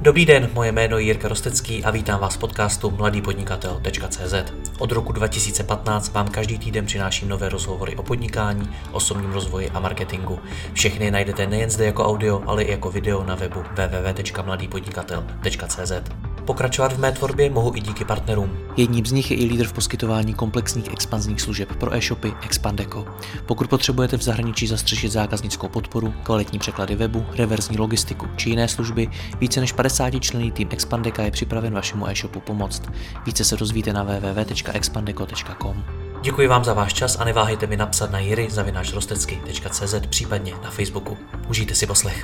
Dobrý den, moje jméno je Jirka Rostecký a vítám vás v podcastu mladýpodnikatel.cz. Od roku 2015 vám každý týden přináším nové rozhovory o podnikání, osobním rozvoji a marketingu. Všechny najdete nejen zde jako audio, ale i jako video na webu www.mladýpodnikatel.cz. Pokračovat v mé tvorbě mohu i díky partnerům. Jedním z nich je i lídr v poskytování komplexních expanzních služeb pro e-shopy Expandeco. Pokud potřebujete v zahraničí zastřešit zákaznickou podporu, kvalitní překlady webu, reverzní logistiku či jiné služby, více než 50členný tým Expandeca je připraven vašemu e-shopu pomoct. Více se dozvíte na www.expandeco.com. Děkuji vám za váš čas a neváhejte mi napsat na jiry@rostecky.cz, případně na Facebooku. Užijte si poslech.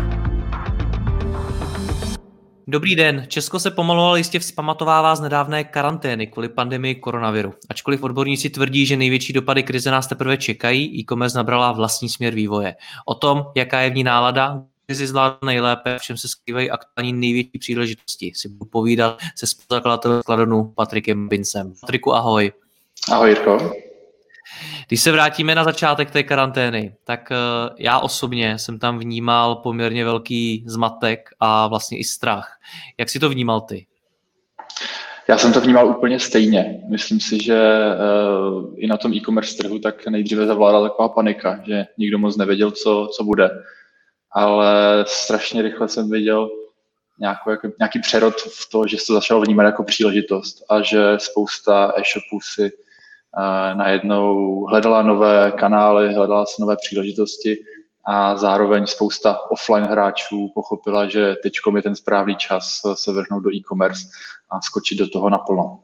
Dobrý den, Česko se pomalu ale jistě vzpamatovává z nedávné karantény kvůli pandemii koronaviru. Ačkoliv odborníci tvrdí, že největší dopady krize nás teprve čekají, e-commerce nabrala vlastní směr vývoje. O tom, jaká je v ní nálada, krizi zvládl nejlépe, v čem se skrývají aktuální největší příležitosti, si budu povídat se spoluzakladatelem Skladonu Patrikem Bincem. Patriku, ahoj. Ahoj, Jirko. Když se vrátíme na začátek té karantény, tak já osobně jsem tam vnímal poměrně velký zmatek a vlastně i strach. Jak jsi to vnímal ty? Já jsem to vnímal úplně stejně. Myslím si, že i na tom e-commerce trhu tak nejdříve zavládala taková panika, že nikdo moc nevěděl, co bude. Ale strašně rychle jsem viděl nějaký přerod v to, že se to začalo vnímat jako příležitost a že spousta e-shopů si najednou hledala nové kanály, hledala si nové příležitosti a zároveň spousta offline hráčů pochopila, že teďkom je ten správný čas se vrhnout do e-commerce a skočit do toho naplno.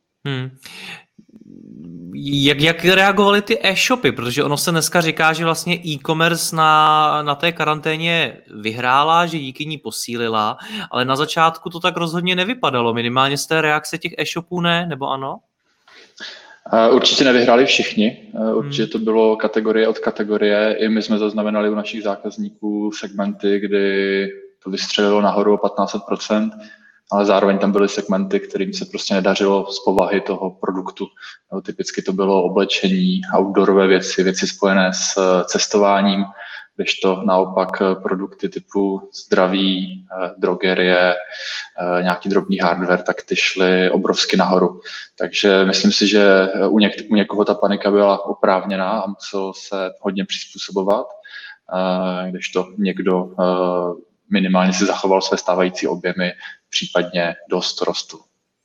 Jak reagovaly ty e-shopy? Protože ono se dneska říká, že vlastně e-commerce na té karanténě vyhrála, že díky ní posílila, ale na začátku to tak rozhodně nevypadalo. Minimálně z té reakce těch e-shopů ne, nebo ano? Určitě nevyhráli všichni, určitě to bylo kategorie od kategorie. I my jsme zaznamenali u našich zákazníků segmenty, kdy to vystřelilo nahoru o 15%, ale zároveň tam byly segmenty, kterým se prostě nedařilo z povahy toho produktu. Typicky to bylo oblečení, outdoorové věci spojené s cestováním, kdežto naopak produkty typu zdraví, drogerie, nějaký drobný hardware, tak ty šly obrovsky nahoru. Takže myslím si, že u někoho ta panika byla oprávněná a musel se hodně přizpůsobovat, kdežto někdo minimálně si zachoval své stávající objemy, případně dost rostu.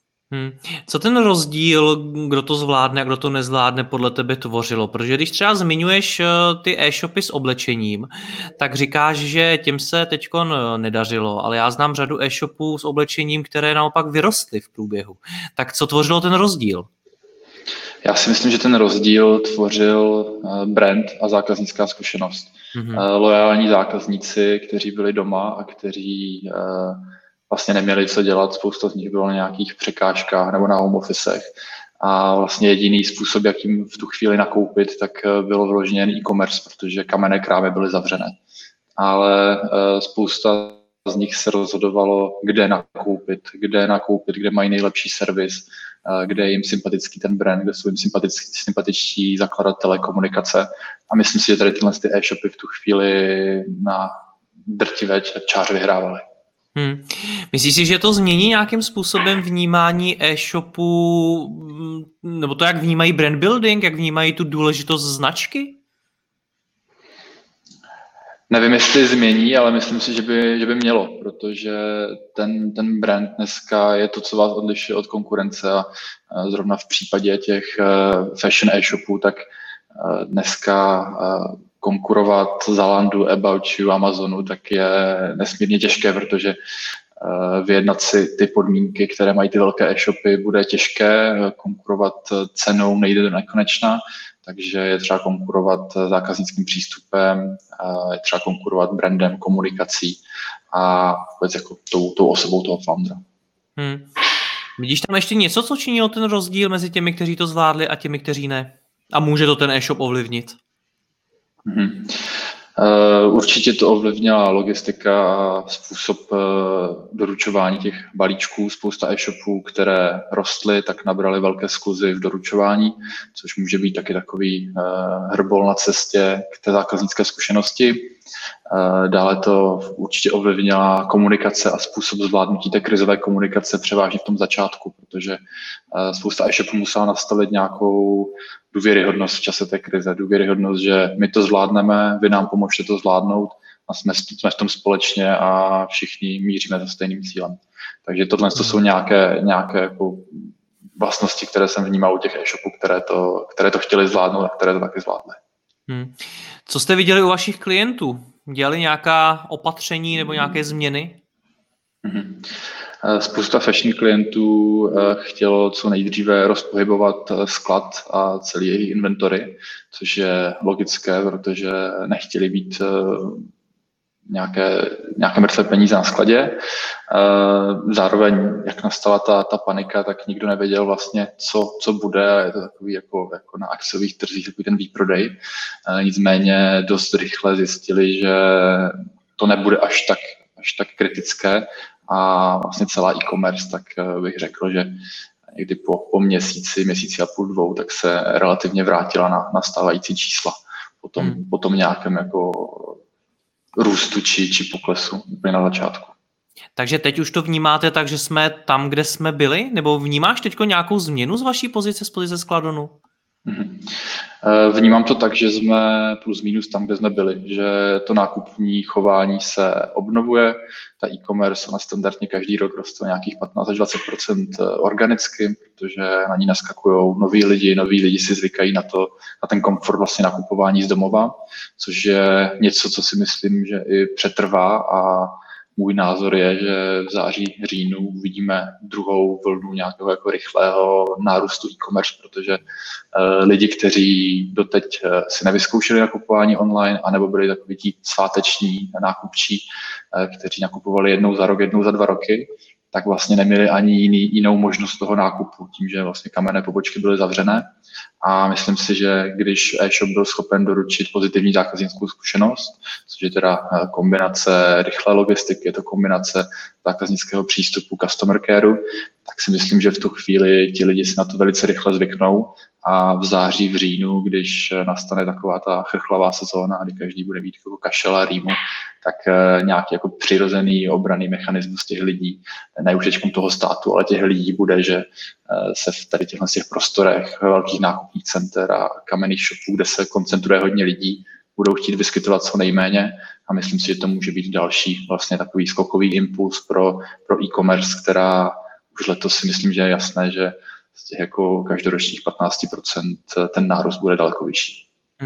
Co ten rozdíl, kdo to zvládne a kdo to nezvládne, podle tebe tvořilo? Protože když třeba zmiňuješ ty e-shopy s oblečením, tak říkáš, že těm se teďko nedařilo, ale já znám řadu e-shopů s oblečením, které naopak vyrostly v průběhu. Tak co tvořilo ten rozdíl? Já si myslím, že ten rozdíl tvořil brand a zákaznická zkušenost. Loajální zákazníci, kteří byli doma a kteří vlastně neměli co dělat, spousta z nich bylo na nějakých překážkách nebo na home officech. A vlastně jediný způsob, jak jim v tu chvíli nakoupit, tak bylo vyloženě e-commerce, protože kamenné krámy byly zavřené. Ale spousta z nich se rozhodovalo, kde nakoupit, kde mají nejlepší servis, kde je jim sympatický ten brand, kde jsou jim sympatičtí zakladatelé komunikace. A myslím si, že tady tyhle e-shopy v tu chvíli na drtivé čáře vyhrávaly. Myslíš si, že to změní nějakým způsobem vnímání e-shopů, nebo to, jak vnímají brand building, jak vnímají tu důležitost značky? Nevím, jestli změní, ale myslím si, že by mělo, protože ten brand dneska je to, co vás odlišuje od konkurence a zrovna v případě těch fashion e-shopů, tak dneska konkurovat Zalandu, About You, Amazonu, tak je nesmírně těžké, protože vyjednat si ty podmínky, které mají ty velké e-shopy, bude těžké, konkurovat cenou nejde do nekonečna, takže je třeba konkurovat zákaznickým přístupem, je třeba konkurovat brandem, komunikací a vůbec jako tou osobou toho foundera. Vidíš tam ještě něco, co činilo ten rozdíl mezi těmi, kteří to zvládli a těmi, kteří ne? A může to ten e-shop ovlivnit? Určitě to ovlivnila logistika a způsob doručování těch balíčků. Spousta e-shopů, které rostly, tak nabrali velké skluzy v doručování, což může být taky takový hrbol na cestě k té zákaznické zkušenosti. Dále to určitě ovlivnila komunikace a způsob zvládnutí té krizové komunikace převážně v tom začátku, protože spousta e-shopů musela nastavit nějakou důvěryhodnost v čase té krize, důvěryhodnost, že my to zvládneme, vy nám pomožte to zvládnout a jsme v tom společně a všichni míříme za stejným cílem. Takže tohle to jsou nějaké jako vlastnosti, které jsem vnímal u těch e-shopů, které to chtěli zvládnout a které to taky zvládly. Co jste viděli u vašich klientů? Dělali nějaká opatření nebo nějaké změny? Spousta fashion klientů chtělo co nejdříve rozpohybovat sklad a celý jejich inventory, což je logické, protože nechtěli být nějaké mrtvé peníze na skladě. Zároveň, jak nastala ta panika, tak nikdo nevěděl vlastně, co bude, a je to takový jako na akciových trzích takový ten výprodej. Nicméně dost rychle zjistili, že to nebude až tak kritické a vlastně celá e-commerce, tak bych řekl, že někdy po měsíci a půl, dvou, tak se relativně vrátila na stávající čísla po tom nějakém jako růstu či poklesu úplně na začátku. Takže teď už to vnímáte tak, že jsme tam, kde jsme byli? Nebo vnímáš teď nějakou změnu z vaší pozice, z pozice Skladonu? Vnímám to tak, že jsme plus minus tam, kde jsme byli, že to nákupní chování se obnovuje, ta e-commerce ona standardně každý rok roste nějakých 15 až 20% organicky, protože na ní naskakují noví lidi si zvykají na ten komfort vlastně nakupování z domova, což je něco, co si myslím, že i přetrvá a můj názor je, že v září, říjnu uvidíme druhou vlnu nějakého jako rychlého nárůstu e-commerce, protože lidi, kteří doteď si nevyzkoušeli nakupování online, anebo byli takoví ti sváteční nákupčí, kteří nakupovali jednou za rok, jednou za 2 roky, tak vlastně neměli ani jinou možnost toho nákupu, tím, že vlastně kamenné pobočky byly zavřené. A myslím si, že když e-shop byl schopen doručit pozitivní zákaznickou zkušenost, což je teda kombinace rychlé logistiky, je to kombinace zákaznického přístupu customer careu, tak si myslím, že v tu chvíli ti lidi si na to velice rychle zvyknou a v září, v říjnu, když nastane taková ta chrchlavá sezóna, kdy každý bude mít jako kašel a rýmu, tak nějaký jako přirozený obranný mechanismus těch lidí, ne už teďkom toho státu, ale těch lidí bude, že se v tady těchto prostorech velkých nákupních center a kamenných shopů, kde se koncentruje hodně lidí, budou chtít vyskytovat co nejméně a myslím si, že to může být další vlastně takový skokový impuls pro e-commerce, která už letos si myslím, že je jasné, že z těch jako každoročních 15% ten nárůst bude daleko vyšší.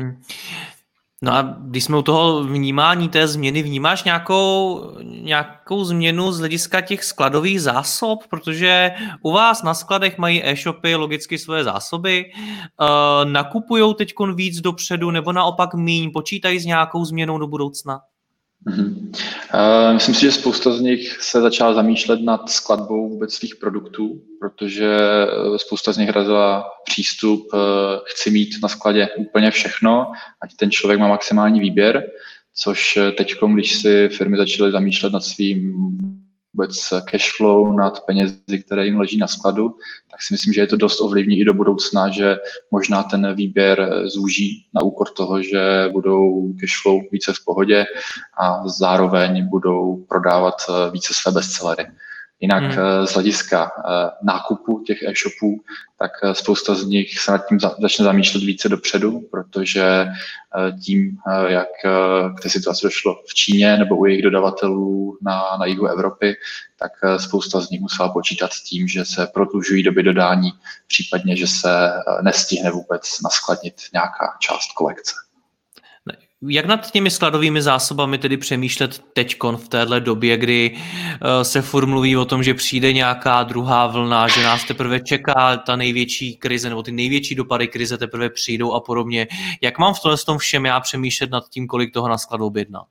No a když jsme u toho vnímání té změny, vnímáš nějakou změnu z hlediska těch skladových zásob? Protože u vás na skladech mají e-shopy logicky svoje zásoby, nakupujou teď víc dopředu nebo naopak míň, počítají s nějakou změnou do budoucna? Myslím si, že spousta z nich se začala zamýšlet nad skladbou vůbec svých produktů, protože spousta z nich razila přístup, chci mít na skladě úplně všechno, ať ten člověk má maximální výběr, což teď, když si firmy začaly zamýšlet nad svým vůbec cash flow, nad penězi, které jim leží na skladu, tak si myslím, že je to dost ovlivní i do budoucna, že možná ten výběr zúží na úkor toho, že budou cash flow více v pohodě a zároveň budou prodávat více své bestsellery. Jinak z hlediska nákupu těch e-shopů, tak spousta z nich se nad tím začne zamýšlet více dopředu, protože tím, jak k té situaci došlo v Číně nebo u jejich dodavatelů na jihu Evropy, tak spousta z nich musela počítat s tím, že se prodlužují doby dodání, případně, že se nestihne vůbec naskladnit nějaká část kolekce. Jak nad těmi skladovými zásobami tedy přemýšlet teďkon v téhle době, kdy se furt mluví o tom, že přijde nějaká druhá vlna, že nás teprve čeká ta největší krize nebo ty největší dopady krize teprve přijdou a podobně. Jak mám v tom všem já přemýšlet nad tím, kolik toho na skladu objednat?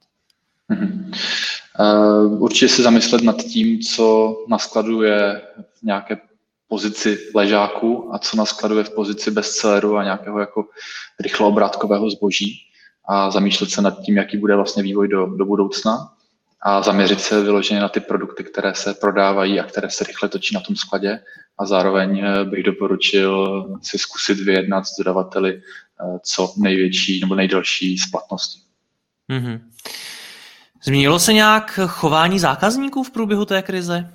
Určitě se zamyslet nad tím, co na skladu je v nějaké pozici ležáku a co na skladu je v pozici bestselleru a nějakého jako rychloobrátkového zboží. a zamýšlet se nad tím, jaký bude vlastně vývoj do budoucna a zaměřit se vyloženě na ty produkty, které se prodávají a které se rychle točí na tom skladě. A zároveň bych doporučil si zkusit vyjednat s dodavateli co největší nebo nejdelší splatnosti. Mm-hmm. Změnilo se nějak chování zákazníků v průběhu té krize?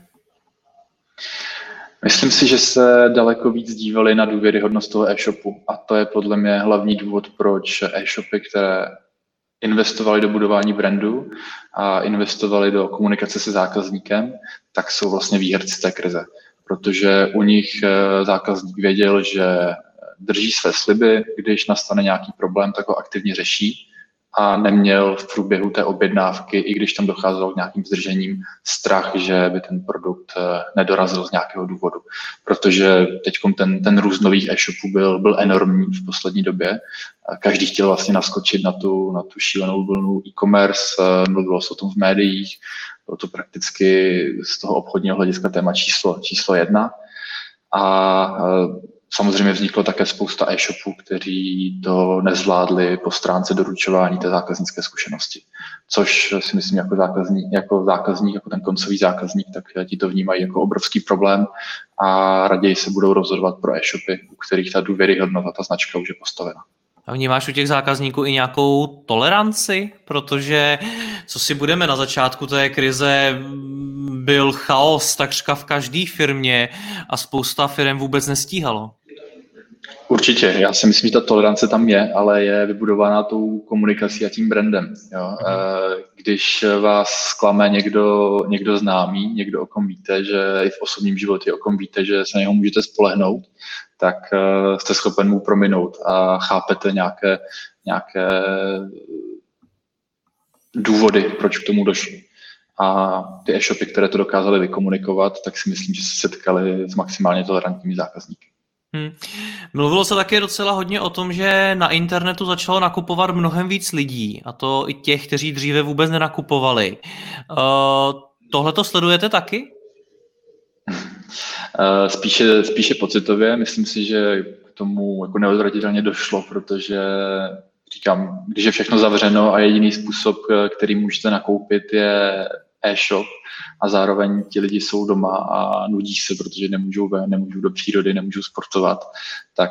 Myslím si, že se daleko víc dívali na důvěryhodnost toho e-shopu a to je podle mě hlavní důvod, proč e-shopy, které investovali do budování brandu a investovali do komunikace se zákazníkem, tak jsou vlastně výherci té krize. Protože u nich zákazník věděl, že drží své sliby, když nastane nějaký problém, tak ho aktivně řeší a neměl v průběhu té objednávky, i když tam docházelo k nějakým zdržením, strach, že by ten produkt nedorazil z nějakého důvodu. Protože teď ten růst nových e-shopů byl enormní v poslední době. Každý chtěl vlastně naskočit na tu šílenou vlnu e-commerce, mluvilo se o tom v médiích, bylo to prakticky z toho obchodního hlediska téma číslo 1. A samozřejmě vzniklo také spousta e-shopů, kteří to nezvládli po stránce doručování té zákaznické zkušenosti. Což si myslím jako ten koncový zákazník, tak ti to vnímají jako obrovský problém a raději se budou rozhodovat pro e-shopy, u kterých ta důvěryhodnost a ta značka už je postavena. A vnímáš u těch zákazníků i nějakou toleranci? Protože, co si budeme, na začátku té krize byl chaos takřka v každé firmě a spousta firm vůbec nestíhalo. Určitě, já si myslím, že ta tolerance tam je, ale je vybudovaná tou komunikací a tím brandem. Jo. Když vás zklame někdo známý, někdo, o kom víte, že i v osobním životě, o kom víte, že se na něho můžete spolehnout, tak jste schopen mu prominout a chápete nějaké důvody, proč k tomu došlo. A ty e-shopy, které to dokázaly vykomunikovat, tak si myslím, že se setkali s maximálně tolerantními zákazníky. Mluvilo se také docela hodně o tom, že na internetu začalo nakupovat mnohem víc lidí, a to i těch, kteří dříve vůbec nenakupovali. Tohle to sledujete taky? Spíše pocitově. Myslím si, že k tomu jako neodvratitelně došlo, protože říkám, když je všechno zavřeno a jediný způsob, který můžete nakoupit, je e-shop a zároveň ti lidi jsou doma a nudí se, protože nemůžou do přírody, nemůžou sportovat, tak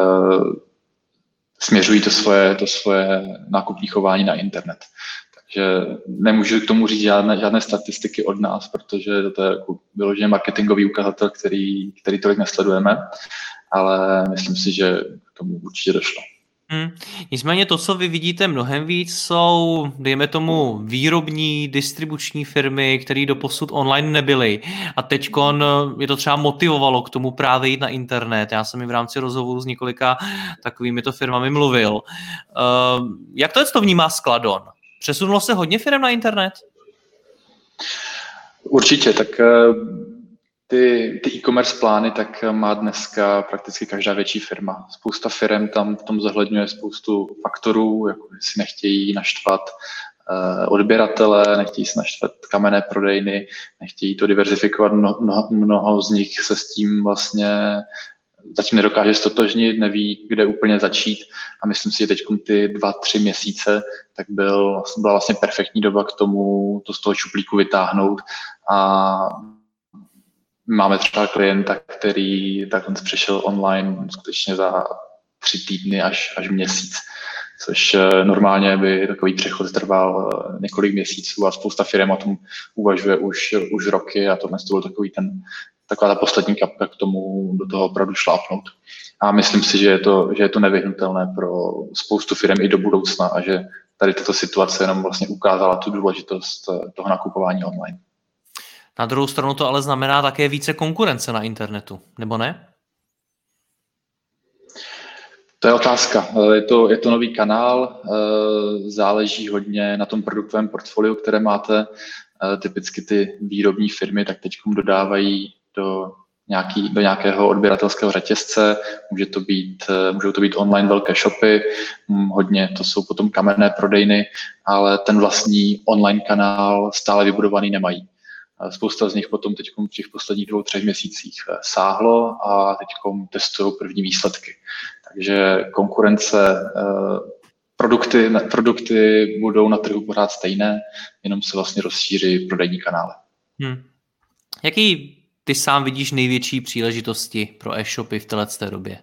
směřují to svoje nákupní chování na internet. Takže nemůžu k tomu říct žádné statistiky od nás, protože to je jako vyloženě marketingový ukazatel, který tolik nesledujeme, ale myslím si, že k tomu určitě došlo. Nicméně to, co vy vidíte mnohem víc, jsou, dejme tomu, výrobní, distribuční firmy, které doposud online nebyly. A teďkon je to třeba motivovalo k tomu právě jít na internet. Já jsem i v rámci rozhovoru s několika takovými to firmami mluvil. Jak to vnímá Skladon? Přesunulo se hodně firm na internet? Určitě, tak ty e-commerce plány tak má dneska prakticky každá větší firma. Spousta firm tam v tom zohledňuje spoustu faktorů, jako si nechtějí naštvat odběratele, nechtějí si naštvat kamenné prodejny, nechtějí to diverzifikovat, mnoho z nich se s tím vlastně zatím nedokáže ztotožnit, neví, kde úplně začít a myslím si, že teď ty 2-3 měsíce tak byla vlastně perfektní doba k tomu to z toho šuplíku vytáhnout a máme třeba klienta, který takhle přešel online skutečně za 3 týdny až měsíc, což normálně by takový přechod trval několik měsíců a spousta firm o tom uvažuje už roky a tohle byl taková ta poslední kapka k tomu do toho opravdu šlápnout. A myslím si, že je to nevyhnutelné pro spoustu firm i do budoucna a že tady tato situace jenom vlastně ukázala tu důležitost toho nakupování online. Na druhou stranu to ale znamená také více konkurence na internetu, nebo ne? To je otázka. Je to nový kanál, záleží hodně na tom produktovém portfoliu, které máte. Typicky ty výrobní firmy tak teď dodávají do nějakého odběratelského řetězce, můžou to být online velké shopy, hodně to jsou potom kamenné prodejny, ale ten vlastní online kanál stále vybudovaný nemají. Spousta z nich potom teď v těch posledních 2-3 měsících sáhlo a teď testují první výsledky. Takže konkurence produkty budou na trhu pořád stejné, jenom se vlastně rozšíří prodejní kanály. Jaký ty sám vidíš největší příležitosti pro e-shopy v této době?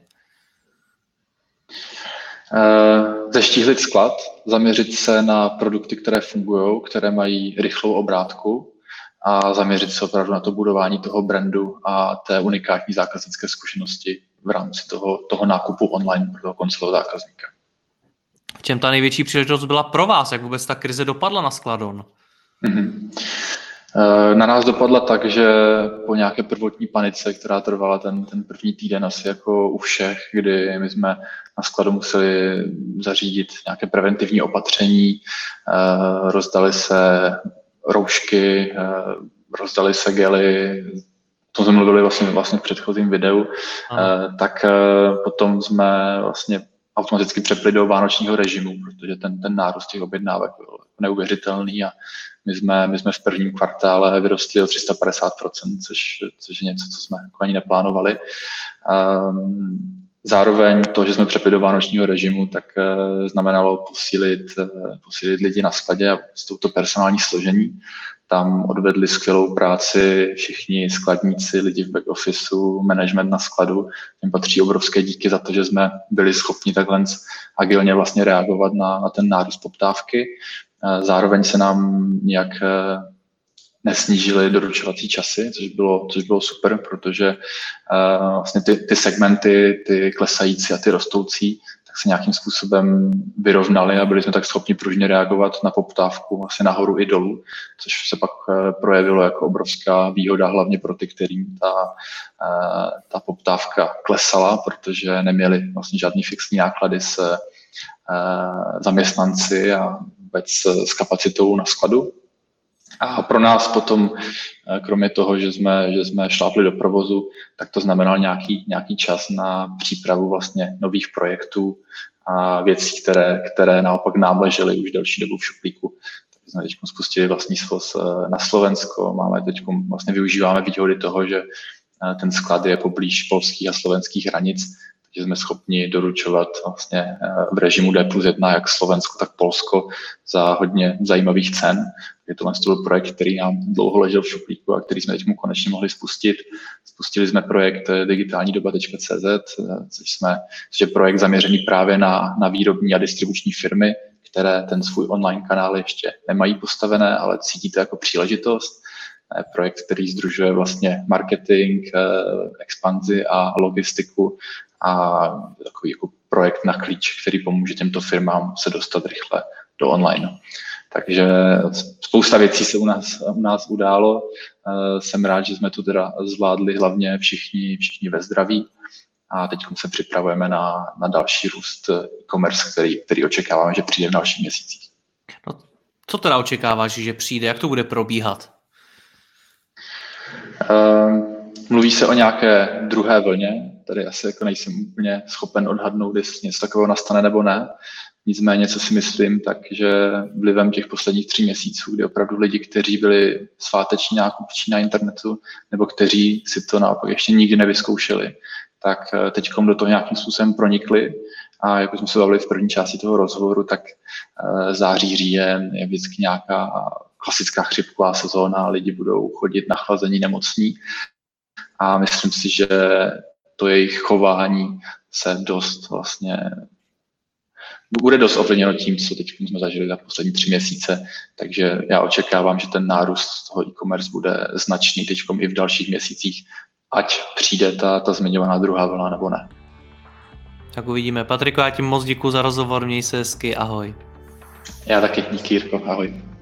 Zeštíhlit sklad, zaměřit se na produkty, které fungují, které mají rychlou obrátku a zaměřit se opravdu na to budování toho brandu a té unikátní zákaznické zkušenosti v rámci toho nákupu online pro toho koncového zákazníka. V čem ta největší příležitost byla pro vás? Jak vůbec ta krize dopadla na Skladon? Na nás dopadla tak, že po nějaké prvotní panice, která trvala ten první týden asi jako u všech, kdy my jsme na skladu museli zařídit nějaké preventivní opatření, rozdali se roušky, rozdali se gely, to jsme mluvili vlastně v předchozím videu, tak potom jsme vlastně automaticky přepli do vánočního režimu, protože ten nárůst těch objednávek byl neuvěřitelný a my jsme v prvním kvartále vyrostli o 350%, což je něco, co jsme ani neplánovali. Zároveň to, že jsme přepli do vánočního režimu, tak znamenalo posílit lidi na skladě a to personální složení. Tam odvedli skvělou práci všichni skladníci, lidi v back officeu, management na skladu. Těm patří obrovské díky za to, že jsme byli schopni takhle agilně vlastně reagovat na ten nárůst poptávky. Zároveň se nám nějak nesnížily doručovací časy, což bylo super, protože vlastně ty segmenty, ty klesající a ty rostoucí, tak se nějakým způsobem vyrovnaly a byli jsme tak schopni pružně reagovat na poptávku vlastně nahoru i dolů, což se pak projevilo jako obrovská výhoda, hlavně pro ty, kterým ta poptávka klesala, protože neměli vlastně žádný fixní náklady s zaměstnanci a vůbec s kapacitou na skladu. A pro nás potom, kromě toho, že jsme šlápli do provozu, tak to znamenal nějaký čas na přípravu vlastně nových projektů a věcí, které naopak nám ležely už delší dobu v šuplíku. Takže jsme teď spustili vlastní svoz na Slovensko, vlastně využíváme výhody toho, že ten sklad je poblíž polských a slovenských hranic, takže jsme schopni doručovat vlastně v režimu D+1 jak Slovensko, tak Polsko za hodně zajímavých cen. Je to byl projekt, který nám dlouho ležel v šuplíku a který jsme teď konečně mohli spustit. Spustili jsme projekt digitalnidoba.cz, což je projekt zaměřený právě na výrobní a distribuční firmy, které ten svůj online kanál ještě nemají postavené, ale cítí to jako příležitost. Projekt, který sdružuje vlastně marketing, expanzi a logistiku a takový jako projekt na klíč, který pomůže těmto firmám se dostat rychle do online. Takže spousta věcí se u nás událo. Jsem rád, že jsme to teda zvládli hlavně všichni ve zdraví a teď se připravujeme na další růst e-commerce, který očekáváme, že přijde v dalších měsících. No, co teda očekáváš, že přijde? Jak to bude probíhat? Mluví se o nějaké druhé vlně, tady asi jako nejsem úplně schopen odhadnout, jestli něco takového nastane nebo ne. Nicméně, co si myslím, takže vlivem těch posledních 3 měsíců, kdy opravdu lidi, kteří byli sváteční nákupčí na internetu, nebo kteří si to naopak ještě nikdy nevyzkoušeli, tak teď do toho nějakým způsobem pronikli. A jako jsme se bavili v první části toho rozhovoru, tak září, říjen je vždycky nějaká klasická chřipková sezóna, lidi budou chodit na chlazení nemocní. A myslím si, že to jejich chování se bude dost ovlivněno tím, co teď jsme zažili za poslední 3 měsíce. Takže já očekávám, že ten nárůst toho e-commerce bude značný teď i v dalších měsících, ať přijde ta zmiňovaná druhá vlna nebo ne. Tak uvidíme. Patriku, já ti moc děkuji za rozhovor, měj se hezky, ahoj. Já taky, díky Jirko, ahoj.